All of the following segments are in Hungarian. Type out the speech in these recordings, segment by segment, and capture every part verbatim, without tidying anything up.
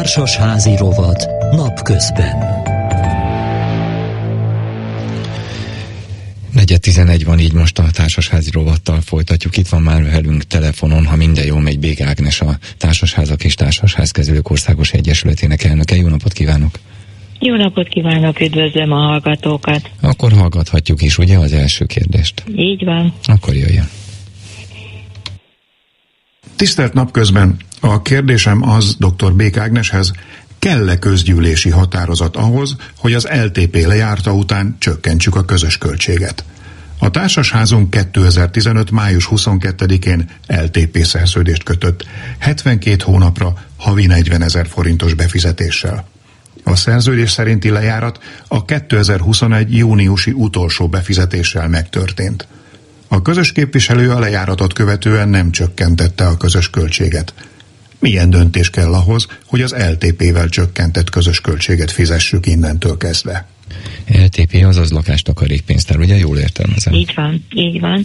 Társasházi rovat napközben. negyven tizenegy van, így most a társasházi rovattal folytatjuk. Itt van már velünk telefonon, ha minden jól megy, Bég Ágnes, a Társasházak és Társasházkezelők Országos Egyesületének elnöke. Jó napot kívánok! Jó napot kívánok, üdvözlöm a hallgatókat! Akkor hallgathatjuk is, ugye, az első kérdést? Így van. Akkor jöjjön. Tisztelt Napközben! A kérdésem az dr. Bég Ágneshez, kell-e közgyűlési határozat ahhoz, hogy az el té pé lejárta után csökkentsük a közös költséget? A társasházunk kétezer-tizenöt. május huszonkettedikén el té pé szerződést kötött, hetvenkét hónapra havi negyvenezer forintos befizetéssel. A szerződés szerinti lejárat a kétezer-huszonegy. júniusi utolsó befizetéssel megtörtént. A közös képviselő a lejáratot követően nem csökkentette a közös költséget. Milyen döntés kell ahhoz, hogy az el té pével csökkentett közös költséget fizessük innentől kezdve? el té pé, azaz lakástakarékpénztár, ugye? Jól értelmezem? Így van, így van.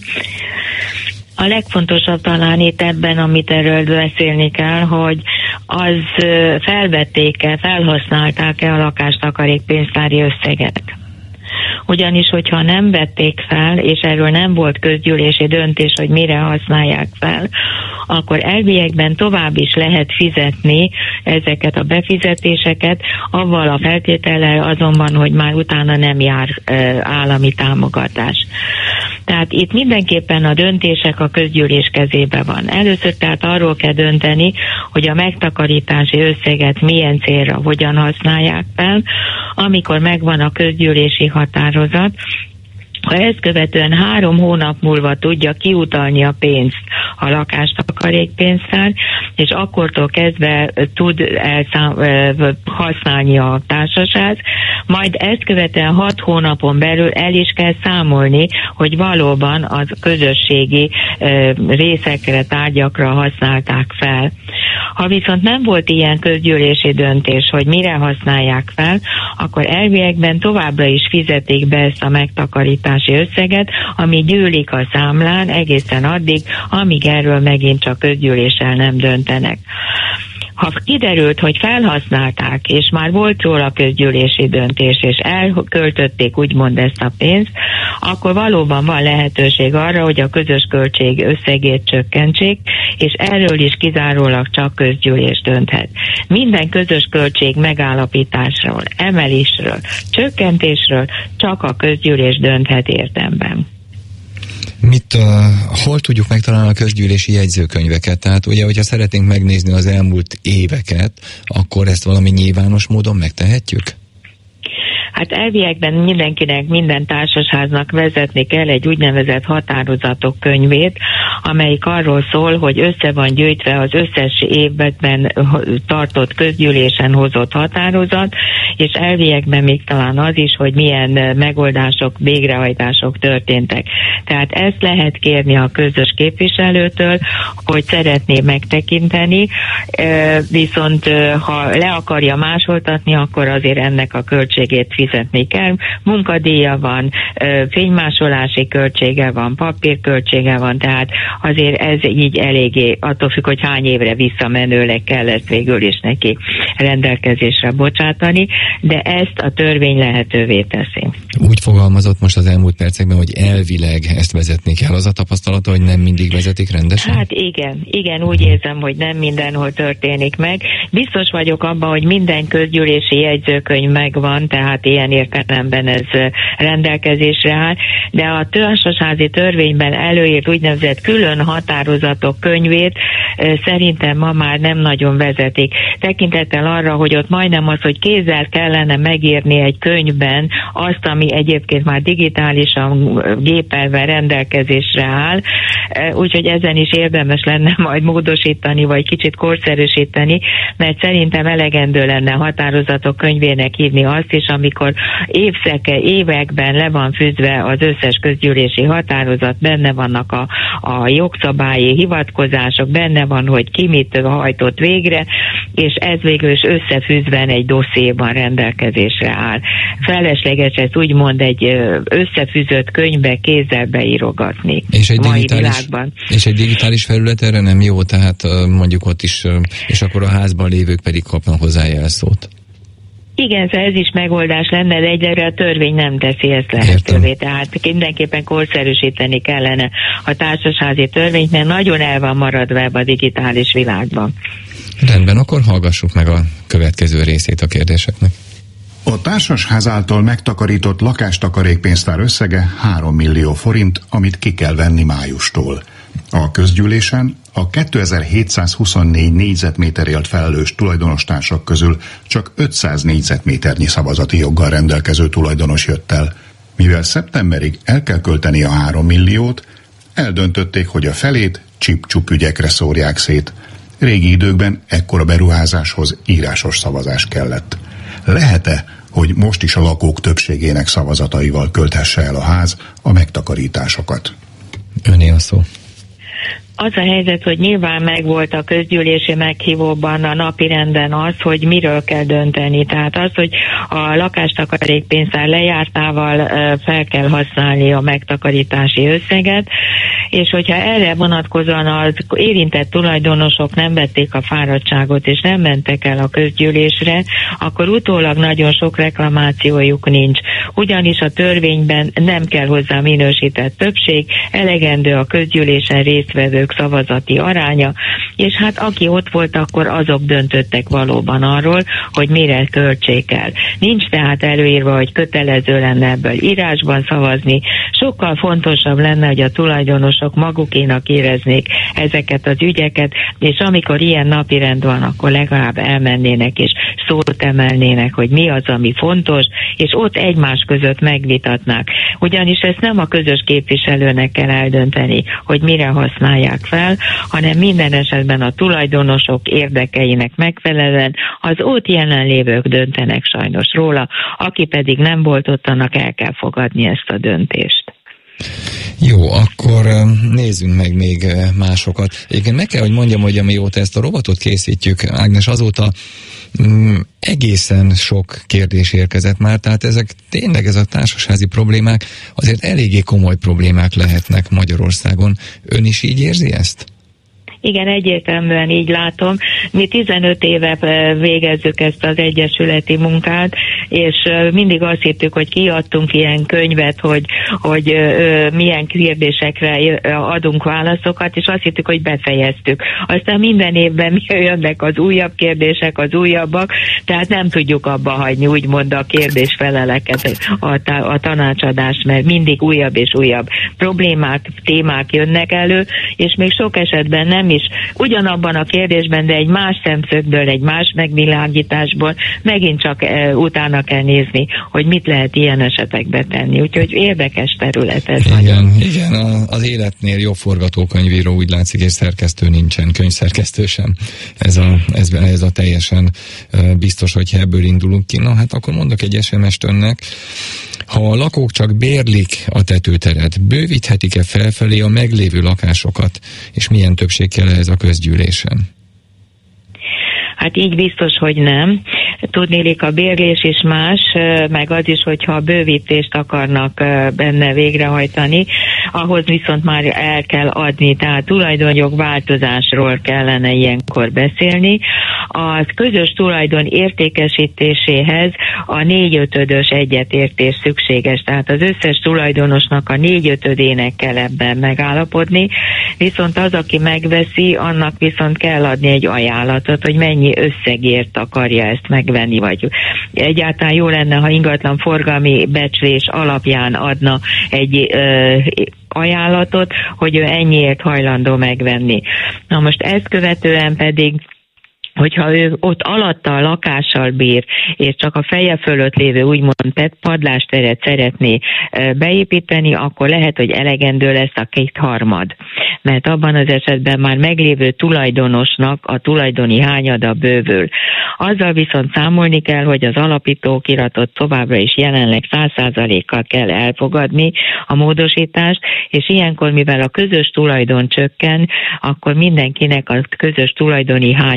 A legfontosabb talán itt ebben, amit erről beszélni kell, hogy az felvették-e, felhasználták-e a lakástakarékpénztári összeget. Ugyanis, hogyha nem vették fel, és erről nem volt közgyűlési döntés, hogy mire használják fel, akkor elviekben tovább is lehet fizetni ezeket a befizetéseket, avval a feltétellel azonban, hogy már utána nem jár e, állami támogatás. Tehát itt mindenképpen a döntések a közgyűlés kezébe van. Először tehát arról kell dönteni, hogy a megtakarítási összeget milyen célra, hogyan használják fel, amikor megvan a közgyűlési határozat. Ha ezt követően három hónap múlva tudja kiutalni a pénzt a lakástakarékpénztár, és akkortól kezdve tud elszám, használni a társaság, majd ezt követően hat hónapon belül el is kell számolni, hogy valóban az közösségi részekre, tárgyakra használták fel. Ha viszont nem volt ilyen közgyűlési döntés, hogy mire használják fel, akkor elviekben továbbra is fizetik be ezt a megtakarítási összeget, ami gyűlik a számlán egészen addig, amíg erről megint csak közgyűléssel nem döntenek. Ha kiderült, hogy felhasználták, és már volt róla közgyűlési döntés, és elköltötték úgymond ezt a pénzt, akkor valóban van lehetőség arra, hogy a közös költség összegét csökkentsék, és erről is kizárólag csak közgyűlés dönthet. Minden közös költség megállapításról, emelésről, csökkentésről csak a közgyűlés dönthet érdemben. Mit, uh, hol tudjuk megtalálni a közgyűlési jegyzőkönyveket? Tehát ugye, hogyha szeretnénk megnézni az elmúlt éveket, akkor ezt valami nyilvános módon megtehetjük? Hát elviekben mindenkinek, minden társasháznak vezetni kell egy úgynevezett határozatok könyvét, amelyik arról szól, hogy össze van gyűjtve az összes évben tartott közgyűlésen hozott határozat, és elviekben még talán az is, hogy milyen megoldások, végrehajtások történtek. Tehát ezt lehet kérni a közös képviselőtől, hogy szeretné megtekinteni, viszont ha le akarja másoltatni, akkor azért ennek a költségét fizetni kell. Munkadíja van, fénymásolási költsége van, papírköltsége van, tehát azért ez így eléggé, attól függ, hogy hány évre visszamenőleg kell ezt végül is neki rendelkezésre bocsátani, de ezt a törvény lehetővé teszi. Úgy fogalmazott most az elmúlt percekben, hogy elvileg ezt vezetni kell. Az a tapasztalata, hogy nem mindig vezetik rendesen? Hát igen, igen, úgy érzem, hogy nem mindenhol történik meg. Biztos vagyok abban, hogy minden közgyűlési jegyzőkönyv megvan, tehát ilyen értelemben ez rendelkezésre áll, de a társasházi törvényben előírt úgynevezett külön határozatok könyvét szerintem ma már nem nagyon vezetik. Tekintettel arra, hogy ott majdnem az, hogy kézzel kellene megírni egy könyvben azt, ami egyébként már digitálisan gépelve rendelkezésre áll, úgyhogy ezen is érdemes lenne majd módosítani, vagy kicsit korszerűsíteni, mert szerintem elegendő lenne határozatok könyvének írni azt is, amikor évszeke, években le van fűzve az összes közgyűlési határozat, benne vannak a, a jogszabályi hivatkozások, benne van, hogy ki mit hajtott végre, és ez végül is összefűzve egy dossziéban rendelkezésre áll. Felesleges ezt úgy úgymond egy összefűzött könyvbe kézzel beírogatni. És egy, mai digitális, világban. és egy digitális felület erre nem jó, tehát mondjuk ott is, és akkor a házban lévők pedig kapnak hozzá jelszót. Igen, szóval ez is megoldás lenne, de egyre a törvény nem teszi ezt lehetővé. Tehát mindenképpen korszerűsíteni kellene a társasházi törvényt, mert nagyon el van maradva ebbe a digitális világban. Rendben, akkor hallgassuk meg a következő részét a kérdéseknek. A társasház által megtakarított lakástakarékpénztár összege három millió forint, amit ki kell venni májustól. A közgyűlésen a kétezer-hétszázhuszonnégy négyzetméterért felelős tulajdonostársak közül csak ötszáz négyzetméternyi szavazati joggal rendelkező tulajdonos jött el. Mivel szeptemberig el kell költeni a három milliót, eldöntötték, hogy a felét csip-csup ügyekre szórják szét. Régi időkben ekkora beruházáshoz írásos szavazás kellett. Lehet-e, hogy most is a lakók többségének szavazataival költhesse el a ház a megtakarításokat? Öné a szó. Az a helyzet, hogy nyilván megvolt a közgyűlési meghívóban a napirenden az, hogy miről kell dönteni. Tehát az, hogy a lakástakarékpénztár lejártával fel kell használni a megtakarítási összeget, és hogyha erre vonatkozóan az érintett tulajdonosok nem vették a fáradtságot, és nem mentek el a közgyűlésre, akkor utólag nagyon sok reklamációjuk nincs. Ugyanis a törvényben nem kell hozzá minősített többség, elegendő a közgyűlésen résztvevők szavazati aránya, és hát aki ott volt, akkor azok döntöttek valóban arról, hogy mire költsék el. Nincs tehát előírva, hogy kötelező lenne ebből írásban szavazni. Sokkal fontosabb lenne, hogy a tulajdonosok magukénak éreznék ezeket az ügyeket, és amikor ilyen napirend van, akkor legalább elmennének és szót emelnének, hogy mi az, ami fontos, és ott egymás között megvitatnák. Ugyanis ezt nem a közös képviselőnek kell eldönteni, hogy mire használják fel, hanem minden esetben a tulajdonosok érdekeinek megfelelően az ott jelenlévők döntenek sajnos róla, aki pedig nem volt ott, annak el kell fogadni ezt a döntést. Jó, akkor nézzünk meg még másokat. Egyébként meg kell, hogy mondjam, hogy amióta ezt a robotot készítjük, Ágnes, azóta mm, egészen sok kérdés érkezett már, tehát ezek tényleg, ez a társasházi problémák azért eléggé komoly problémák lehetnek Magyarországon. Ön is így érzi ezt? Igen, egyértelműen így látom. Mi tizenöt éve végezzük ezt az egyesületi munkát, és mindig azt hittük, hogy kiadtunk ilyen könyvet, hogy, hogy milyen kérdésekre adunk válaszokat, és azt hittük, hogy befejeztük. Aztán minden évben jönnek az újabb kérdések, az újabbak, tehát nem tudjuk abba hagyni, úgymond a kérdésfeleleket, a, a tanácsadást, mert mindig újabb és újabb problémák, témák jönnek elő, és még sok esetben nem is ugyanabban a kérdésben, de egy más szemszögből, egy más megvilágításból megint csak e, utána kell nézni, hogy mit lehet ilyen esetekbe tenni. Úgyhogy érdekes terület ez. Igen, nagyon. igen, az életnél jobb forgatókönyvíró úgy látszik, és szerkesztő nincsen, könyvszerkesztő sem. Ez a, ez, ez a teljesen biztos, hogy ebből indulunk ki. Na hát akkor mondok egy es em est önnek. Ha a lakók csak bérlik a tetőteret, bővíthetik-e felfelé a meglévő lakásokat, és milyen többség kell ez a közgyűlésen? Hát így biztos, hogy nem. Tudnélik, a bérlés is más, meg az is, hogyha a bővítést akarnak benne végrehajtani, ahhoz viszont már el kell adni, tehát tulajdonjog változásról kellene ilyenkor beszélni. A közös tulajdon értékesítéséhez a négyötödös egyetértés szükséges, tehát az összes tulajdonosnak a négyötödének kell ebben megállapodni, viszont az, aki megveszi, annak viszont kell adni egy ajánlatot, hogy mennyi összegért akarja ezt megvenni, vagy egyáltalán jó lenne, ha ingatlan forgalmi becslés alapján adna egy ö, ajánlatot, hogy ő ennyiért hajlandó megvenni. Na most ezt követően pedig, hogyha ő ott alatta a lakással bír, és csak a feje fölött lévő úgymond padlásteret szeretné beépíteni, akkor lehet, hogy elegendő lesz a kétharmad. Mert abban az esetben már meglévő tulajdonosnak a tulajdoni hányada bővül. Azzal viszont számolni kell, hogy az alapítókiratot továbbra is jelenleg száz százalékkal kell elfogadni a módosítást, és ilyenkor, mivel a közös tulajdon csökken, akkor mindenkinek a közös tulajdoni hányada is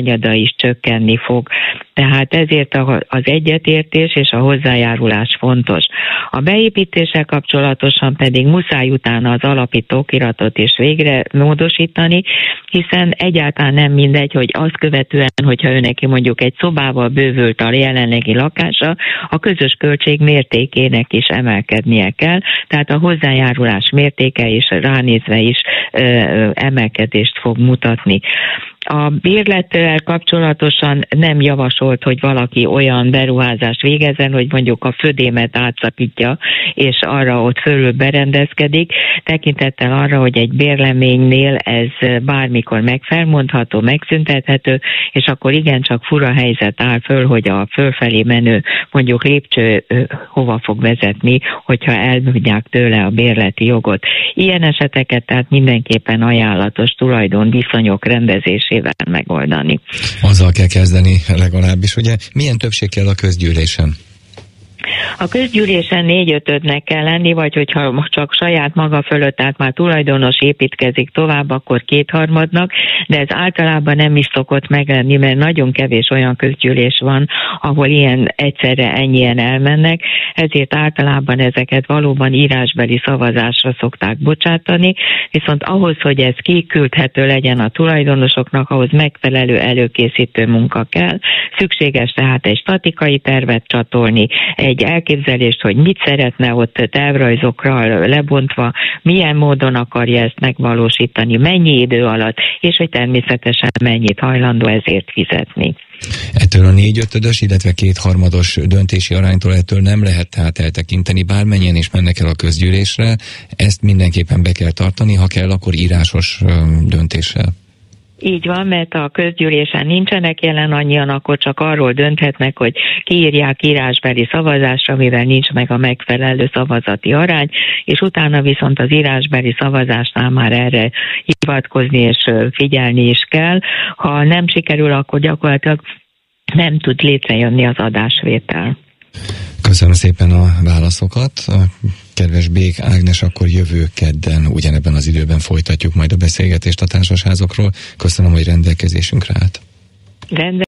is csökkenni fog. Tehát ezért az egyetértés és a hozzájárulás fontos. A beépítéssel kapcsolatosan pedig muszáj utána az alapító okiratot is végre módosítani, hiszen egyáltalán nem mindegy, hogy azt követően, hogyha ő neki mondjuk egy szobával bővült a jelenlegi lakása, a közös költség mértékének is emelkednie kell, tehát a hozzájárulás mértéke is ránézve is ö, emelkedést fog mutatni. A bérlettel kapcsolatosan nem javasolt, hogy valaki olyan beruházást végezzen, hogy mondjuk a födémet átszakítja, és arra ott fölül berendezkedik, tekintettel arra, hogy egy bérleménynél ez bármikor megfelmondható, megszüntethető, és akkor igencsak fura helyzet áll föl, hogy a fölfelé menő mondjuk lépcső hova fog vezetni, hogyha elmondják tőle a bérleti jogot. Ilyen eseteket tehát mindenképpen ajánlatos tulajdonviszonyok rendezésével megoldani. Azzal kell kezdeni legalábbis, ugye milyen többség kell a közgyűlésen? A közgyűlésen négy-ötödnek kell lenni, vagy hogyha csak saját maga fölött, tehát már tulajdonos építkezik tovább, akkor kétharmadnak, de ez általában nem is szokott meglenni, mert nagyon kevés olyan közgyűlés van, ahol ilyen egyszerre ennyien elmennek, ezért általában ezeket valóban írásbeli szavazásra szokták bocsátani, viszont ahhoz, hogy ez kiküldhető legyen a tulajdonosoknak, ahhoz megfelelő előkészítő munka kell. Szükséges tehát egy statikai tervet csatolni, egy elképzelést, hogy mit szeretne ott tervrajzokra lebontva, milyen módon akarja ezt megvalósítani, mennyi idő alatt, és hogy természetesen mennyit hajlandó ezért fizetni. Ettől a négy-ötödös, illetve kétharmados döntési aránytól ettől nem lehet tehát eltekinteni, bármennyien is mennek el a közgyűlésre, ezt mindenképpen be kell tartani, ha kell, akkor írásos döntéssel. Így van, mert a közgyűlésen nincsenek jelen annyian, akkor csak arról dönthetnek, hogy kiírják írásbeli szavazásra, mivel nincs meg a megfelelő szavazati arány, és utána viszont az írásbeli szavazásnál már erre hivatkozni és figyelni is kell. Ha nem sikerül, akkor gyakorlatilag nem tud létrejönni az adásvétel. Köszönöm szépen a válaszokat. Kedves Bék Ágnes, akkor jövő kedden ugyanebben az időben folytatjuk majd a beszélgetést a társasházokról. Köszönöm, hogy rendelkezésünkre állt. Rendben.